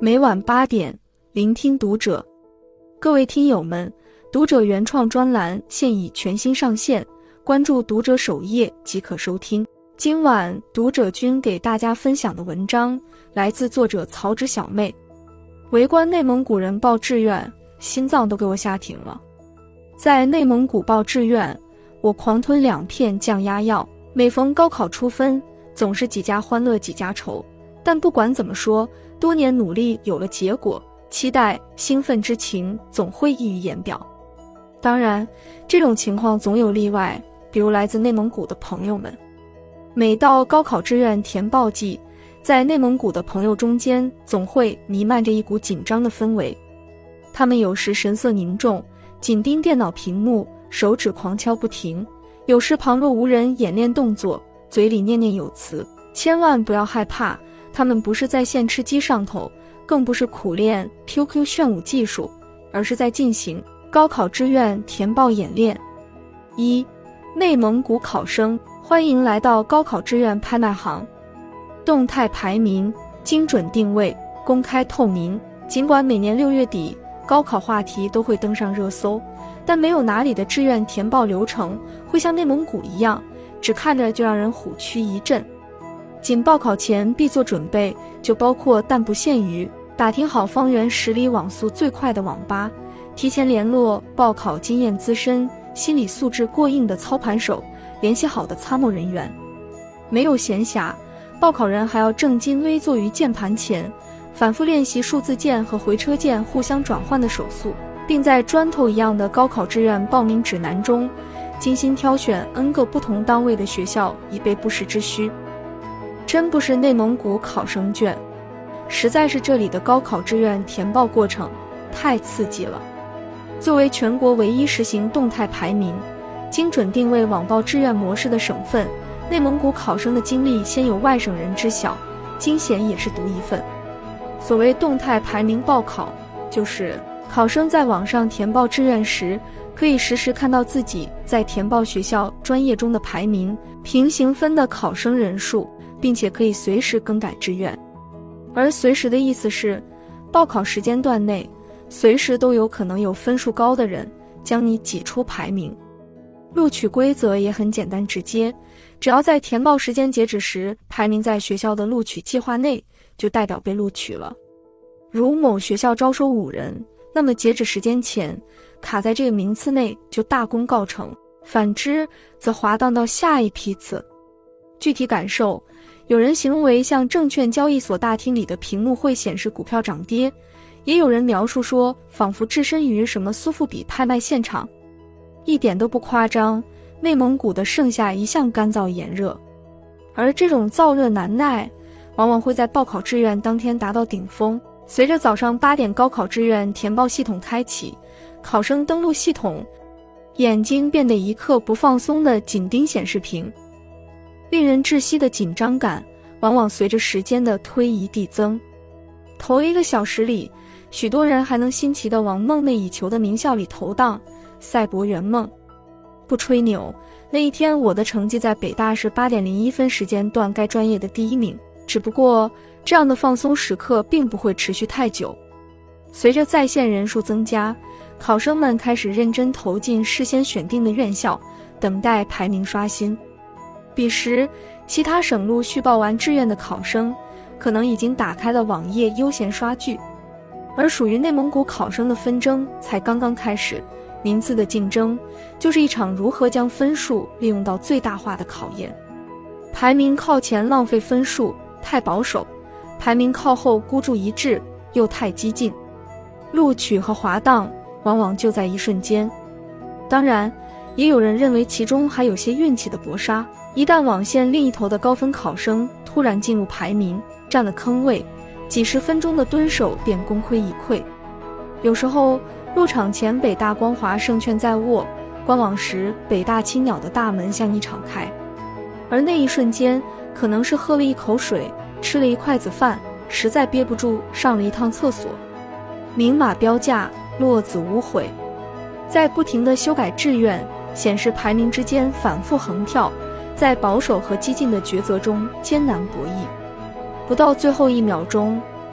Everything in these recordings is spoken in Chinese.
每晚8点，聆听读者。各位听友们，读者原创专栏现已全新上线，关注读者首页即可收听。今晚读者君给大家分享的文章来自作者曹植小妹。围观内蒙古人报志愿，心脏都给我吓停了。在内蒙古报志愿，我狂吞2片降压药。每逢高考出分，总是几家欢乐几家愁。但不管怎么说，多年努力有了结果，期待兴奋之情总会溢于言表。当然，这种情况总有例外，比如来自内蒙古的朋友们。每到高考志愿填报季，在内蒙古的朋友中间总会弥漫着一股紧张的氛围。他们有时神色凝重，紧盯电脑屏幕，手指狂敲不停；有时旁若无人，演练动作，嘴里念念有词。千万不要害怕，他们不是在线吃鸡上头，更不是苦练 QQ 炫舞技术，而是在进行高考志愿填报演练。1. 内蒙古考生，欢迎来到高考志愿拍卖行。动态排名，精准定位，公开透明。尽管每年6月底高考话题都会登上热搜，但没有哪里的志愿填报流程会像内蒙古一样，只看着就让人虎躯一震。仅报考前必做准备就包括但不限于打听好方圆10里网速最快的网吧，提前联络报考经验资深、心理素质过硬的操盘手，联系好的参谋人员。没有闲暇，报考人还要正襟危坐于键盘前，反复练习数字键和回车键互相转换的手速，并在砖头一样的高考志愿报名指南中精心挑选 N 个不同单位的学校，以备不时之需。真不是内蒙古考生卷，实在是这里的高考志愿填报过程太刺激了。作为全国唯一实行动态排名、精准定位网报志愿模式的省份，内蒙古考生的经历先有外省人知晓，惊险也是独一份。所谓动态排名报考，就是考生在网上填报志愿时，可以实时看到自己在填报学校专业中的排名、平行分的考生人数，并且可以随时更改志愿。而随时的意思是，报考时间段内，随时都有可能有分数高的人将你挤出排名。录取规则也很简单直接，只要在填报时间截止时排名在学校的录取计划内，就代表被录取了。如某学校招收5人，那么截止时间前卡在这个名次内就大功告成，反之则滑荡到下一批次。具体感受，有人形容为像证券交易所大厅里的屏幕会显示股票涨跌，也有人描述说仿佛置身于什么苏富比拍卖现场。一点都不夸张，内蒙古的盛夏一向干燥炎热，而这种燥热难耐往往会在报考志愿当天达到顶峰。随着早上8点高考志愿填报系统开启，考生登录系统，眼睛变得一刻不放松地紧盯显示屏，令人窒息的紧张感往往随着时间的推移递增。头1个小时里，许多人还能新奇地往梦寐以求的名校里投档，赛博圆梦。不吹牛，那一天我的成绩在北大是8点01分时间段该专业的第1名，只不过这样的放松时刻并不会持续太久。随着在线人数增加，考生们开始认真投进事先选定的院校，等待排名刷新。彼时，其他省陆续报完志愿的考生可能已经打开了网页悠闲刷剧，而属于内蒙古考生的纷争才刚刚开始。名次的竞争就是一场如何将分数利用到最大化的考验。排名靠前浪费分数太保守，排名靠后孤注一掷又太激进。录取和滑档往往就在一瞬间。当然，也有人认为其中还有些运气的搏杀，一旦网线另一头的高分考生突然进入排名，占了坑位，几十分钟的蹲守便功亏一篑。有时候入场前北大光华胜券在握，关网时北大青鸟的大门向你敞开，而那一瞬间可能是喝了一口水，吃了一筷子饭，实在憋不住上了一趟厕所。明码标价，落子无悔。在不停地修改志愿、显示排名之间反复横跳，在保守和激进的抉择中艰难博弈。不到最后1秒钟，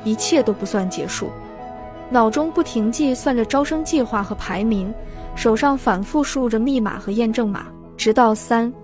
一切都不算结束。脑中不停计算着招生计划和排名，手上反复输入着密码和验证码，直到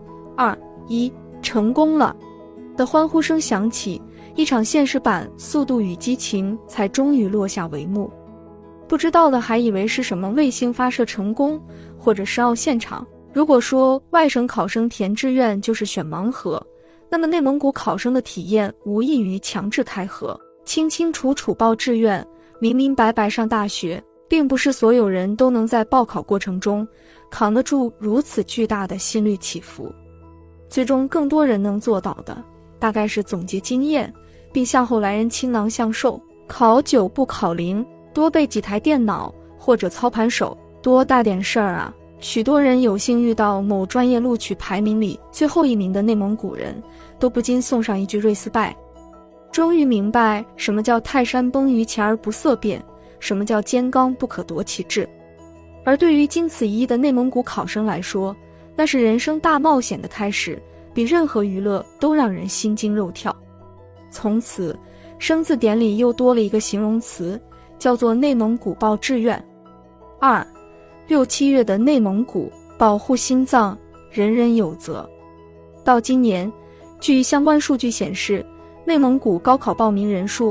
3、2、1，成功了的欢呼声响起，一场现实版《速度与激情》才终于落下帷幕。不知道的还以为是什么卫星发射成功，或者是奥现场。如果说外省考生填志愿就是选盲盒，那么内蒙古考生的体验无异于强制开盒，清清楚楚报志愿，明明白白上大学。并不是所有人都能在报考过程中扛得住如此巨大的心率起伏。最终更多人能做到的，大概是总结经验，并向后来人倾囊相授，考9不考0，多备几台电脑或者操盘手，多大点事儿啊。许多人有幸遇到某专业录取排名里最后1名的内蒙古人，都不禁送上一句respect。终于明白什么叫泰山崩于前而不色变，什么叫坚刚不可夺其志。而对于经此一役的内蒙古考生来说，那是人生大冒险的开始，比任何娱乐都让人心惊肉跳。从此生字典里又多了一个形容词，叫做内蒙古报志愿。2、6、7月的内蒙古，保护心脏，人人有责。到今年，据相关数据显示，内蒙古高考报名人数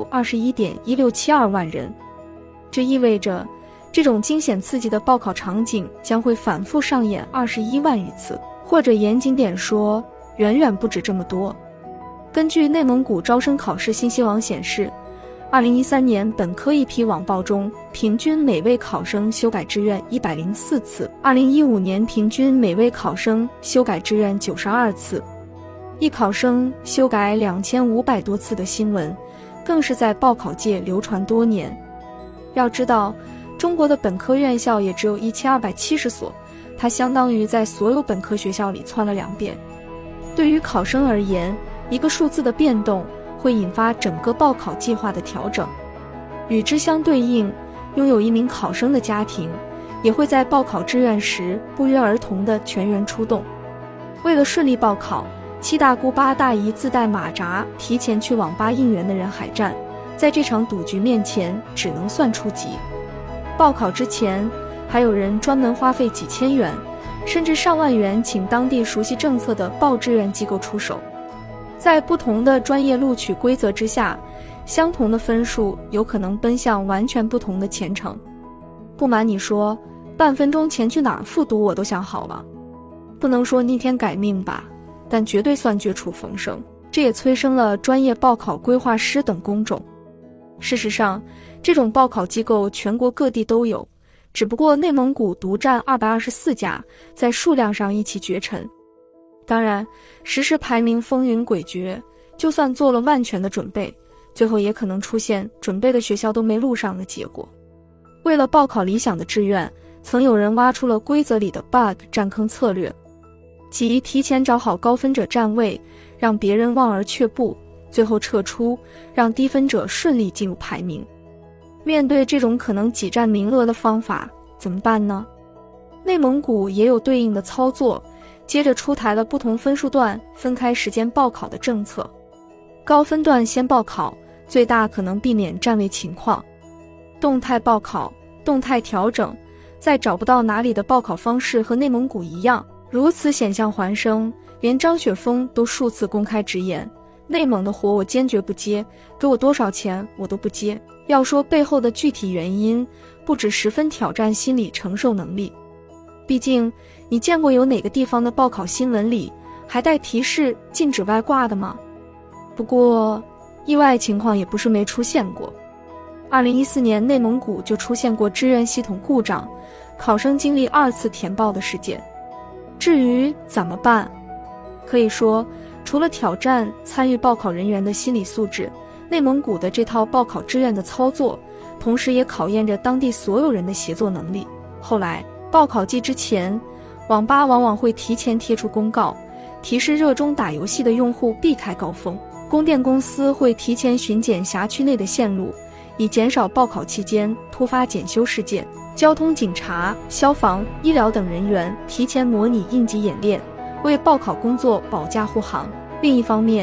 21.1672万人。这意味着这种惊险刺激的报考场景将会反复上演21万余次，或者严谨点说，远远不止这么多。根据内蒙古招生考试信息网显示，2013年本科一批网报中，平均每位考生修改志愿104次，2015年平均每位考生修改志愿92次。一考生修改2500多次的新闻，更是在报考界流传多年。要知道，中国的本科院校也只有1270所，它相当于在所有本科学校里窜了2遍。对于考生而言，一个数字的变动会引发整个报考计划的调整。与之相对应，拥有1名考生的家庭也会在报考志愿时不约而同地全员出动。为了顺利报考，7大姑8大姨自带马扎提前去网吧应援的人海战，在这场赌局面前只能算出级。报考之前，还有人专门花费几千元甚至上万元请当地熟悉政策的报志愿机构出手。在不同的专业录取规则之下，相同的分数有可能奔向完全不同的前程。不瞒你说，半分钟前去哪儿复读我都想好了。不能说逆天改命吧，但绝对算绝处逢生。这也催生了专业报考规划师等工种。事实上，这种报考机构全国各地都有，只不过内蒙古独占224家，在数量上一骑绝尘。当然，时事排名风云诡谲，就算做了万全的准备，最后也可能出现准备的学校都没录上的结果。为了报考理想的志愿，曾有人挖出了规则里的 bug 占坑策略，即提前找好高分者占位，让别人望而却步，最后撤出，让低分者顺利进入排名。面对这种可能挤占名额的方法，怎么办呢？内蒙古也有对应的操作，接着出台了不同分数段分开时间报考的政策。高分段先报考，最大可能避免占位情况；动态报考，动态调整，再找不到哪里的报考方式和内蒙古一样，如此险象环生，连张雪峰都数次公开直言，内蒙的活我坚决不接，给我多少钱我都不接。要说背后的具体原因，不止十分挑战心理承受能力。毕竟，你见过有哪个地方的报考新闻里还带提示禁止外挂的吗？不过，意外情况也不是没出现过。2014年，内蒙古就出现过志愿系统故障，考生经历2次填报的事件。至于怎么办，可以说，除了挑战参与报考人员的心理素质，内蒙古的这套报考志愿的操作，同时也考验着当地所有人的协作能力。后来，报考季之前，网吧往往会提前贴出公告，提示热衷打游戏的用户避开高峰。供电公司会提前巡检辖区内的线路，以减少报考期间突发检修事件。交通警察、消防、医疗等人员提前模拟应急演练，为报考工作保驾护航。另一方面，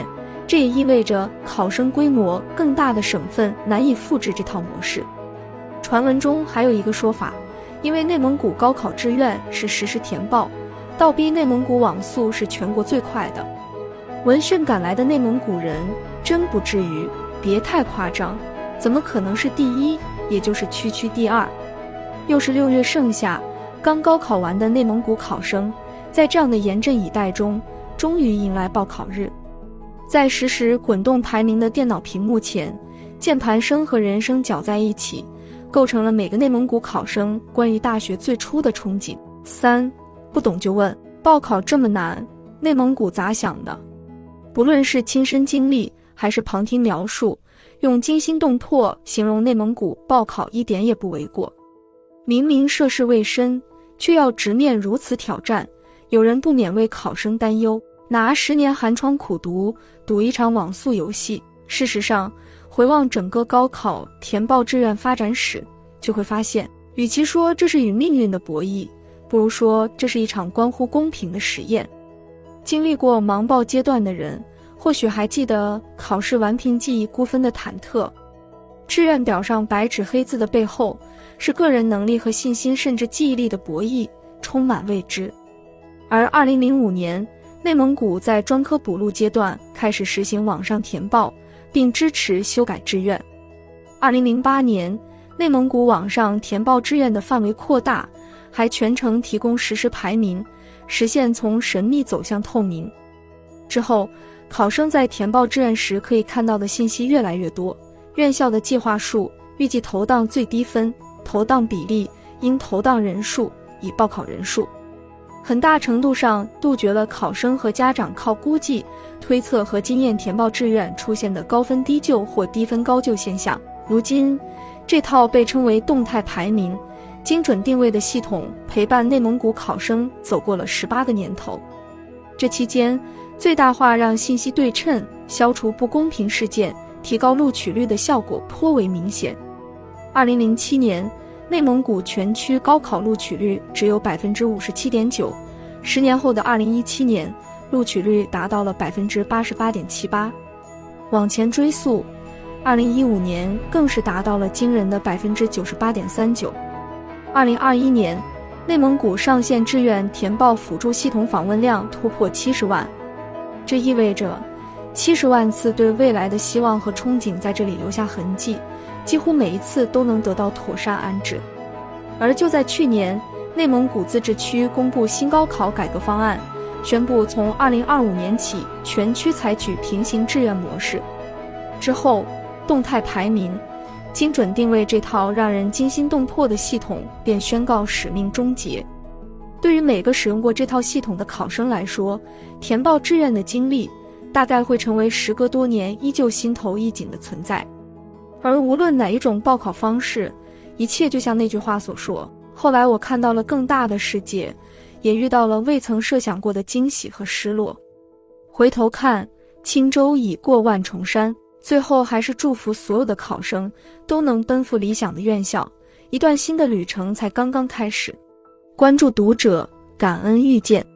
这也意味着考生规模更大的省份难以复制这套模式。传闻中还有一个说法，因为内蒙古高考志愿是实时填报，倒逼内蒙古网速是全国最快的。闻讯赶来的内蒙古人真不至于，别太夸张，怎么可能是第一，也就是区区第二？又是6月盛夏，刚高考完的内蒙古考生，在这样的严阵以待中，终于迎来报考日。在实时滚动排名的电脑屏幕前，键盘声和人声搅在一起，构成了每个内蒙古考生关于大学最初的憧憬。3. 不懂就问，报考这么难，内蒙古咋想的？不论是亲身经历还是旁听描述，用惊心动魄形容内蒙古报考一点也不为过。明明涉世未深，却要直面如此挑战，有人不免为考生担忧，拿10年寒窗苦读赌一场网速游戏。事实上，回望整个高考填报志愿发展史，就会发现，与其说这是与命运的博弈，不如说这是一场关乎公平的实验。经历过盲报阶段的人，或许还记得考试完凭记忆估分的忐忑。志愿表上白纸黑字的背后，是个人能力和信心甚至记忆力的博弈，充满未知。而2005年，内蒙古在专科补录阶段开始实行网上填报，并支持修改志愿。2008年，内蒙古网上填报志愿的范围扩大，还全程提供实时排名，实现从神秘走向透明。之后，考生在填报志愿时可以看到的信息越来越多，院校的计划数、预计投档最低分、投档比例、应投档人数以报考人数，很大程度上杜绝了考生和家长靠估计、推测和经验填报志愿出现的高分低就或低分高就现象。如今，这套被称为动态排名、精准定位的系统陪伴内蒙古考生走过了18个年头。这期间，最大化让信息对称、消除不公平事件、提高录取率的效果颇为明显。2007年，内蒙古全区高考录取率只有 57.9%，10年后的2017年，录取率达到了 88.78%。往前追溯，2015年更是达到了惊人的 98.39%。2021年，内蒙古上线志愿填报辅助系统访问量突破70万，这意味着70万次对未来的希望和憧憬在这里留下痕迹，几乎每一次都能得到妥善安置。而就在去年，内蒙古自治区公布新高考改革方案，宣布从2025年起全区采取平行志愿模式。之后，动态排名、精准定位这套让人惊心动魄的系统便宣告使命终结。对于每个使用过这套系统的考生来说，填报志愿的经历大概会成为时隔多年依旧心头一紧的存在。而无论哪一种报考方式，一切就像那句话所说，后来我看到了更大的世界，也遇到了未曾设想过的惊喜和失落。回头看，轻舟已过万重山，最后还是祝福所有的考生都能奔赴理想的院校，一段新的旅程才刚刚开始。关注读者，感恩遇见。